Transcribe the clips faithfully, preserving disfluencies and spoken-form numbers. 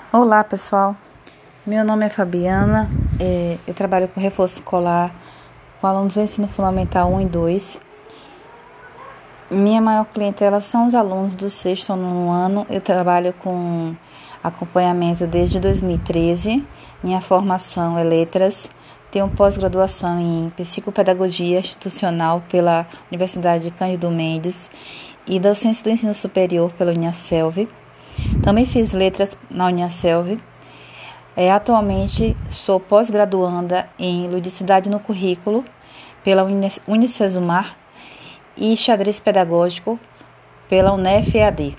Olá, pessoal. Meu nome é Fabiana. É, eu trabalho com reforço escolar com alunos do ensino fundamental um e dois. Minha maior clientela são os alunos do sexto ao nono ano. Eu trabalho com acompanhamento desde dois mil e treze. Minha formação é letras. Tenho pós-graduação em psicopedagogia institucional pela Universidade Cândido Mendes e docência do ensino superior pela Uniaselv. Também fiz letras na Uniaselv. É, atualmente sou pós-graduanda em ludicidade no currículo pela Unicesumar e xadrez pedagógico pela Unef E A D.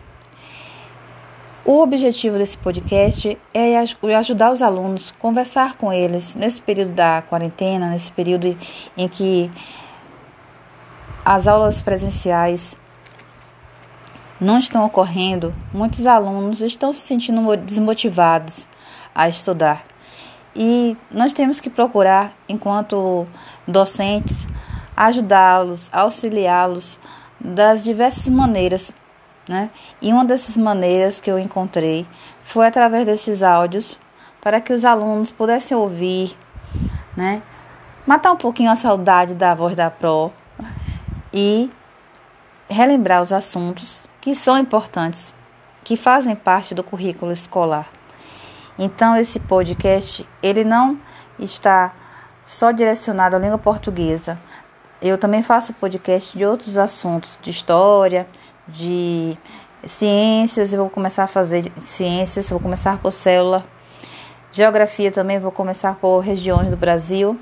O objetivo desse podcast é ajudar os alunos, conversar com eles nesse período da quarentena, nesse período em que as aulas presenciais não estão ocorrendo. Muitos alunos estão se sentindo desmotivados a estudar. E nós temos que procurar, enquanto docentes, ajudá-los, auxiliá-los das diversas maneiras, né? E uma dessas maneiras que eu encontrei foi através desses áudios, para que os alunos pudessem ouvir, né? Matar um pouquinho a saudade da voz da Pro e relembrar os assuntos que são importantes, que fazem parte do currículo escolar. Então, esse podcast, ele não está só direcionado à língua portuguesa. Eu também faço podcast de outros assuntos, de história, de ciências. Eu vou começar a fazer ciências, vou começar por célula. Geografia também, vou começar por regiões do Brasil.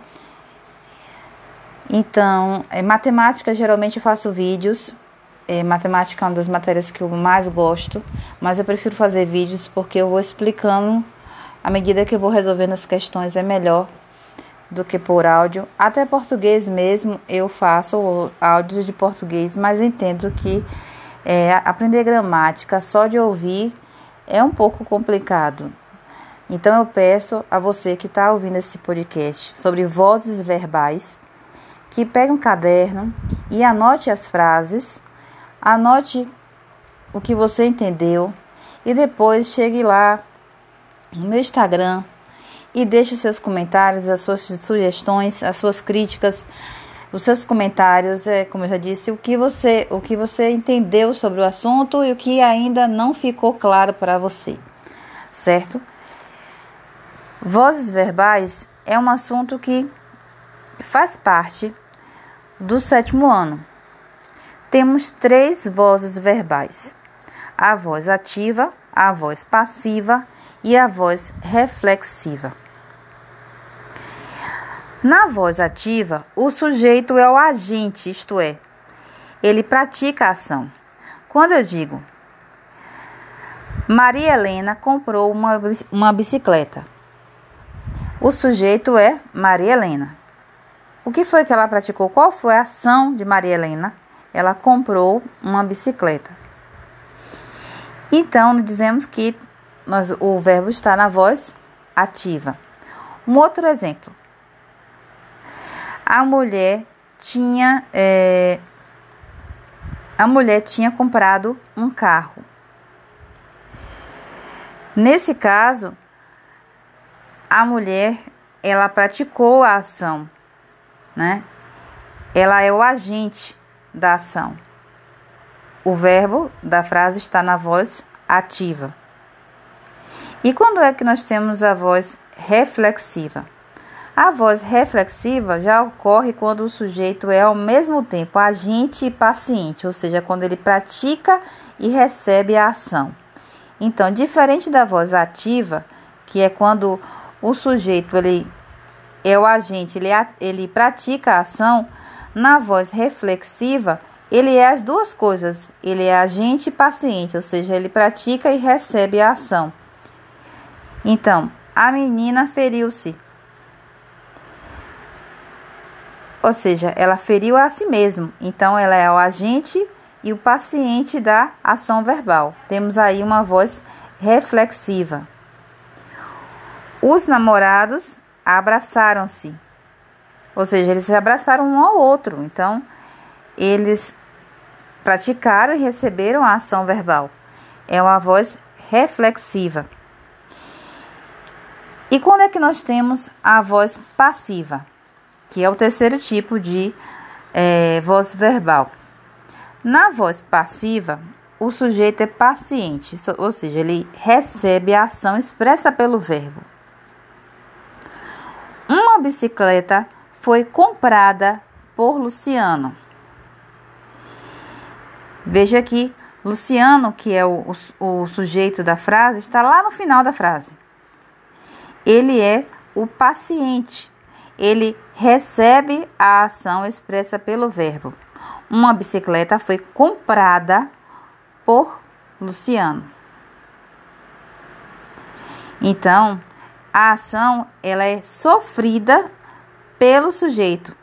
Então, é, matemática, geralmente eu faço vídeos. É, matemática é uma das matérias que eu mais gosto, mas eu prefiro fazer vídeos porque eu vou explicando à medida que eu vou resolvendo as questões, é melhor do que por áudio. Até português mesmo eu faço áudios de português, mas entendo que é, aprender gramática só de ouvir é um pouco complicado. Então eu peço a você que está ouvindo esse podcast sobre vozes verbais, que pegue um caderno e anote as frases, anote o que você entendeu e depois chegue lá no meu Instagram e deixe os seus comentários, as suas sugestões, as suas críticas, os seus comentários, é, como eu já disse, o que você, o que você entendeu sobre o assunto e o que ainda não ficou claro para você, certo? Vozes verbais é um assunto que faz parte do sétimo ano. Temos três vozes verbais: a voz ativa, a voz passiva e a voz reflexiva. Na voz ativa, o sujeito é o agente, isto é, ele pratica a ação. Quando eu digo Maria Helena comprou uma, uma bicicleta, o sujeito é Maria Helena. O que foi que ela praticou? Qual foi a ação de Maria Helena? Ela comprou uma bicicleta. Então, dizemos que nós, o verbo está na voz ativa. Um outro exemplo. A mulher tinha, é, a mulher tinha comprado um carro. Nesse caso, a mulher, ela praticou a ação, né? Ela é o agente da ação. O verbo da frase está na voz ativa. E quando é que nós temos a voz reflexiva? A voz reflexiva já ocorre quando o sujeito é ao mesmo tempo agente e paciente, ou seja, quando ele pratica e recebe a ação. Então, diferente da voz ativa, que é quando o sujeito ele é o agente, ele, ele pratica a ação, na voz reflexiva, ele é as duas coisas, ele é agente e paciente, ou seja, ele pratica e recebe a ação. Então, a menina feriu-se. Ou seja, ela feriu a si mesma. Então, ela é o agente e o paciente da ação verbal. Temos aí uma voz reflexiva. Os namorados abraçaram-se. Ou seja, eles se abraçaram um ao outro. Então, eles praticaram e receberam a ação verbal. É uma voz reflexiva. E quando é que nós temos a voz passiva, que é o terceiro tipo de é, voz verbal? Na voz passiva, o sujeito é paciente, ou seja, ele recebe a ação expressa pelo verbo. Uma bicicleta foi comprada por Luciano. Veja aqui, Luciano, que é o, o, o sujeito da frase, está lá no final da frase. Ele é o paciente. Ele recebe a ação expressa pelo verbo. Uma bicicleta foi comprada por Luciano. Então, a ação ela é sofrida pelo sujeito.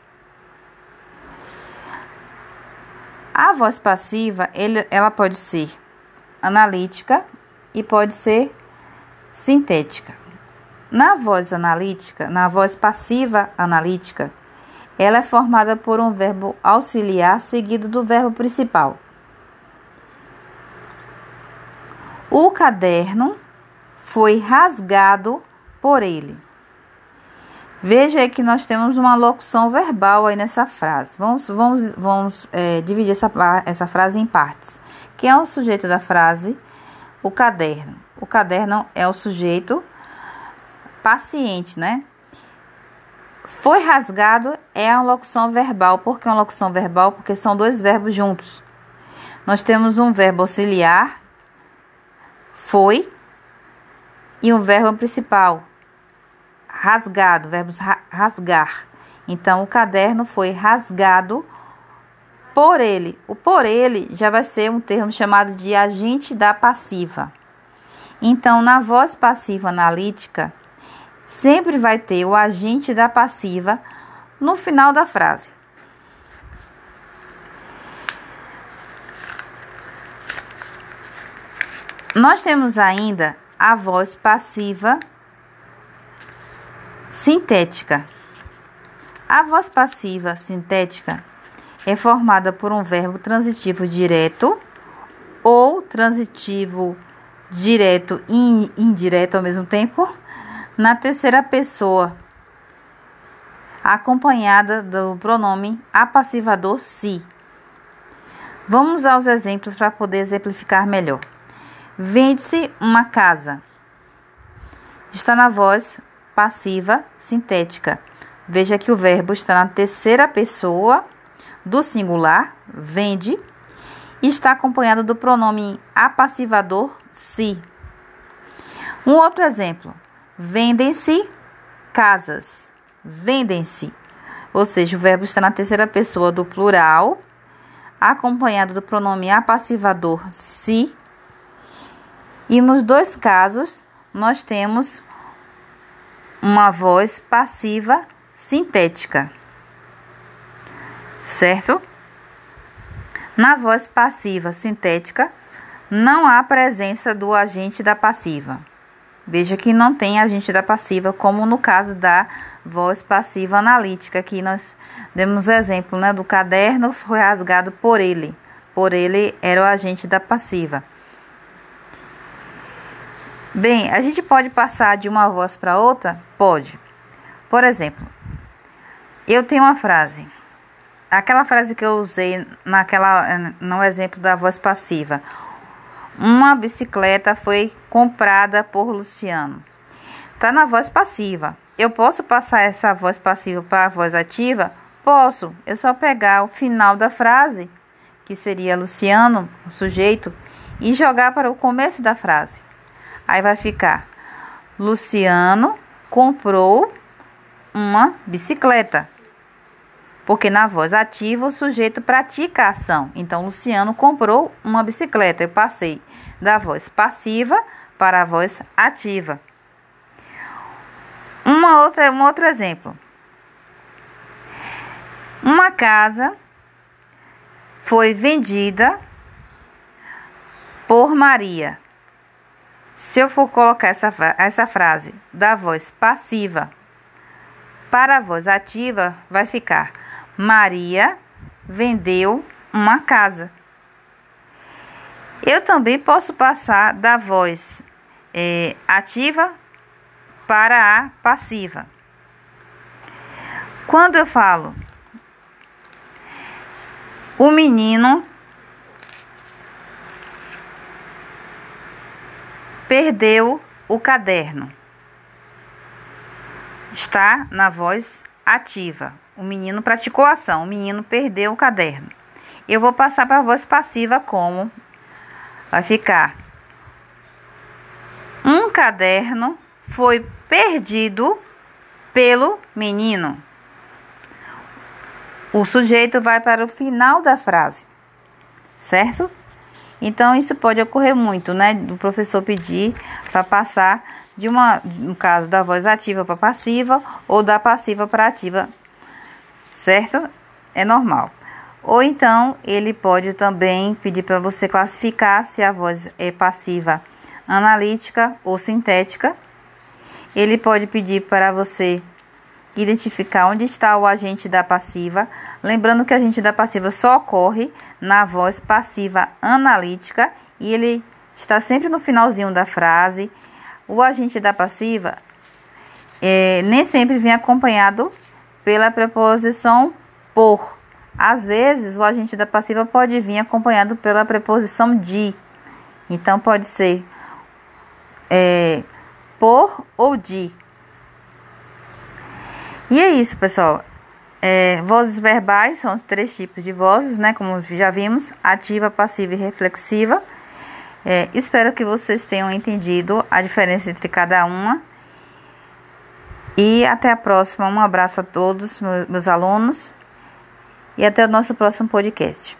A voz passiva, ele, ela pode ser analítica e pode ser sintética. Na voz analítica, na voz passiva analítica, ela é formada por um verbo auxiliar seguido do verbo principal. O caderno foi rasgado por ele. Veja aí que nós temos uma locução verbal aí nessa frase. Vamos, vamos, vamos é, dividir essa, essa frase em partes. Quem é o sujeito da frase? O caderno. O caderno é o sujeito paciente, né? Foi rasgado é a locução verbal. Por que uma locução verbal? Porque são dois verbos juntos. Nós temos um verbo auxiliar, foi, e um verbo principal, rasgado, verbos rasgar. Então, o caderno foi rasgado por ele. O por ele já vai ser um termo chamado de agente da passiva. Então, na voz passiva analítica, sempre vai ter o agente da passiva no final da frase. Nós temos ainda a voz passiva sintética. A voz passiva sintética é formada por um verbo transitivo direto ou transitivo direto e indireto ao mesmo tempo, na terceira pessoa, acompanhada do pronome apassivador se. Vamos aos exemplos para poder exemplificar melhor. Vende-se uma casa. Está na voz passiva sintética. Veja que o verbo está na terceira pessoa do singular, vende, e está acompanhado do pronome apassivador se. Um outro exemplo. Vendem-se casas. Vendem-se. Ou seja, o verbo está na terceira pessoa do plural, acompanhado do pronome apassivador se. E nos dois casos, nós temos uma voz passiva sintética. Certo? Na voz passiva sintética, não há presença do agente da passiva. Veja que não tem agente da passiva, como no caso da voz passiva analítica, que nós demos o exemplo, né, do caderno foi rasgado por ele. Por ele era o agente da passiva. Bem, a gente pode passar de uma voz para outra? Pode. Por exemplo, eu tenho uma frase. Aquela frase que eu usei naquela, no exemplo da voz passiva. Uma bicicleta foi comprada por Luciano. Está na voz passiva. Eu posso passar essa voz passiva para a voz ativa? Posso. É só pegar o final da frase, que seria Luciano, o sujeito, e jogar para o começo da frase. Aí vai ficar: Luciano comprou uma bicicleta. Porque na voz ativa o sujeito pratica a ação. Então, Luciano comprou uma bicicleta. Eu passei da voz passiva para a voz ativa. Uma outra, um outro exemplo. Uma casa foi vendida por Maria. Se eu for colocar essa, essa frase da voz passiva para a voz ativa, vai ficar: Maria vendeu uma casa. Eu também posso passar da voz é, ativa para a passiva. Quando eu falo o menino perdeu o caderno, está na voz ativa. O menino praticou a ação, o menino perdeu o caderno. Eu vou passar para a voz passiva como vai ficar: um caderno foi perdido pelo menino. O sujeito vai para o final da frase, certo? Então, isso pode ocorrer muito, né? Do professor pedir para passar de uma, no caso, da voz ativa para passiva ou da passiva para ativa, certo? É normal. Ou então, ele pode também pedir para você classificar se a voz é passiva, analítica ou sintética. Ele pode pedir para você identificar onde está o agente da passiva, lembrando que o agente da passiva só ocorre na voz passiva analítica e ele está sempre no finalzinho da frase. O agente da passiva é, nem sempre vem acompanhado pela preposição por. Às vezes, o agente da passiva pode vir acompanhado pela preposição de. Então, pode ser é, por ou de. E é isso, pessoal. É, vozes verbais são os três tipos de vozes, né? Como já vimos, ativa, passiva e reflexiva. É, espero que vocês tenham entendido a diferença entre cada uma. E até a próxima. Um abraço a todos, meus alunos. E até o nosso próximo podcast.